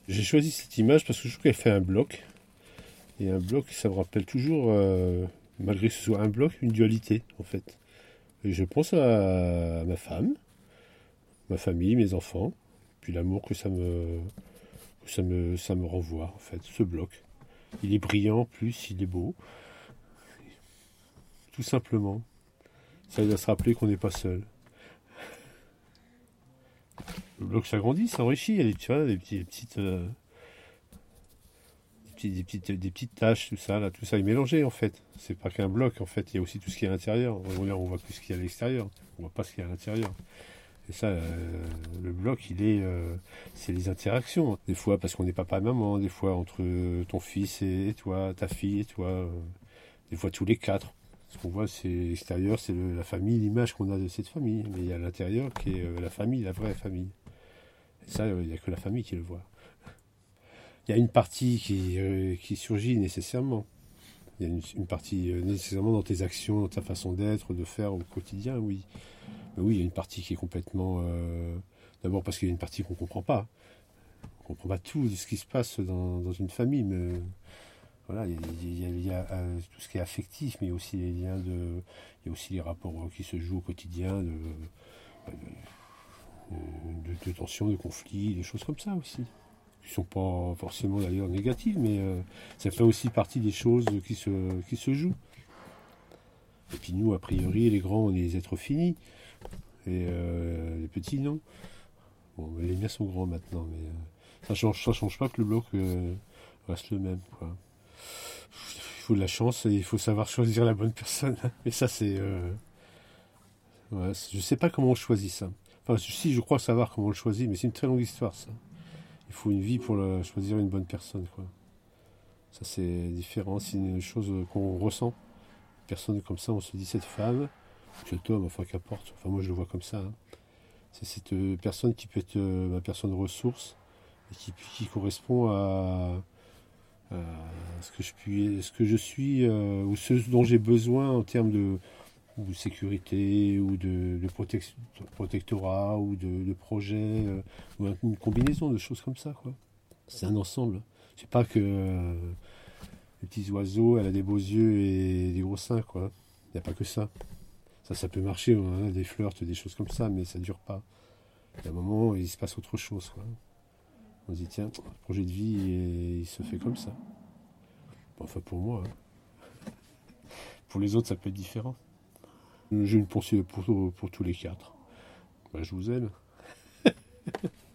J'ai choisi cette image parce que je trouve qu'elle fait un bloc. Et un bloc, ça me rappelle toujours, malgré que ce soit un bloc, une dualité, en fait. Et je pense à ma femme, ma famille, mes enfants, puis l'amour que ça me renvoie, en fait, ce bloc. Il est brillant, plus il est beau, tout simplement. Ça aide à se rappeler qu'on n'est pas seul. Le bloc s'agrandit, s'enrichit, il y a tu vois, des petites taches, tout ça, là, tout ça est mélangé en fait. C'est pas qu'un bloc en fait, il y a aussi tout ce qui est à l'intérieur. On voit plus ce qu'il y a à l'extérieur, on voit pas ce qu'il y a à l'intérieur. Et ça, le bloc, c'est les interactions. Des fois parce qu'on est papa et maman, des fois entre ton fils et toi, ta fille et toi, des fois tous les quatre. Ce qu'on voit, c'est l'extérieur, c'est la famille, l'image qu'on a de cette famille. Mais il y a l'intérieur qui est la famille, la vraie famille. Et ça, il n'y a que la famille qui le voit. Il y a une partie qui surgit nécessairement. Il y a une partie nécessairement dans tes actions, dans ta façon d'être, de faire au quotidien, oui. Mais oui, il y a une partie qui est complètement... d'abord parce qu'il y a une partie qu'on ne comprend pas. On ne comprend pas tout ce qui se passe dans une famille, mais voilà, il y a tout ce qui est affectif, mais il y a aussi les liens il y a aussi les rapports qui se jouent au quotidien, de tensions, de conflits, des choses comme ça aussi. Qui ne sont pas forcément d'ailleurs négatives, mais ça fait aussi partie des choses qui se jouent. Et puis nous, a priori, les grands, on est des êtres finis, et les petits, non. Bon, les miens sont grands maintenant, mais ça change pas que le bloc reste le même, quoi. Il faut de la chance et il faut savoir choisir la bonne personne. Mais ça, c'est... ouais, je sais pas comment on choisit ça. Enfin, si, je crois savoir comment on le choisit, mais c'est une très longue histoire, ça. Il faut une vie pour choisir une bonne personne, quoi. Ça, c'est différent. C'est une chose qu'on ressent. Une personne comme ça, on se dit cette femme, cet homme, enfin qu'importe. Enfin, moi, je le vois comme ça, hein. C'est cette personne qui peut être ma personne ressource et qui correspond à ce que je suis ou ce dont j'ai besoin en termes de sécurité ou de protectorat ou de projet ou une combinaison de choses comme ça, quoi. C'est un ensemble. C'est pas que les petits oiseaux, elle a des beaux yeux et des gros seins, quoi. Il n'y a pas que ça. Ça peut marcher, hein, des flirts, des choses comme ça, mais ça dure pas. Il y a un moment, il se passe autre chose, quoi. On se dit, tiens, le projet de vie, il se fait comme ça. Bon, enfin, pour moi, hein. Pour les autres, ça peut être différent. J'ai une pensée pour tous les quatre. Bah, je vous aime.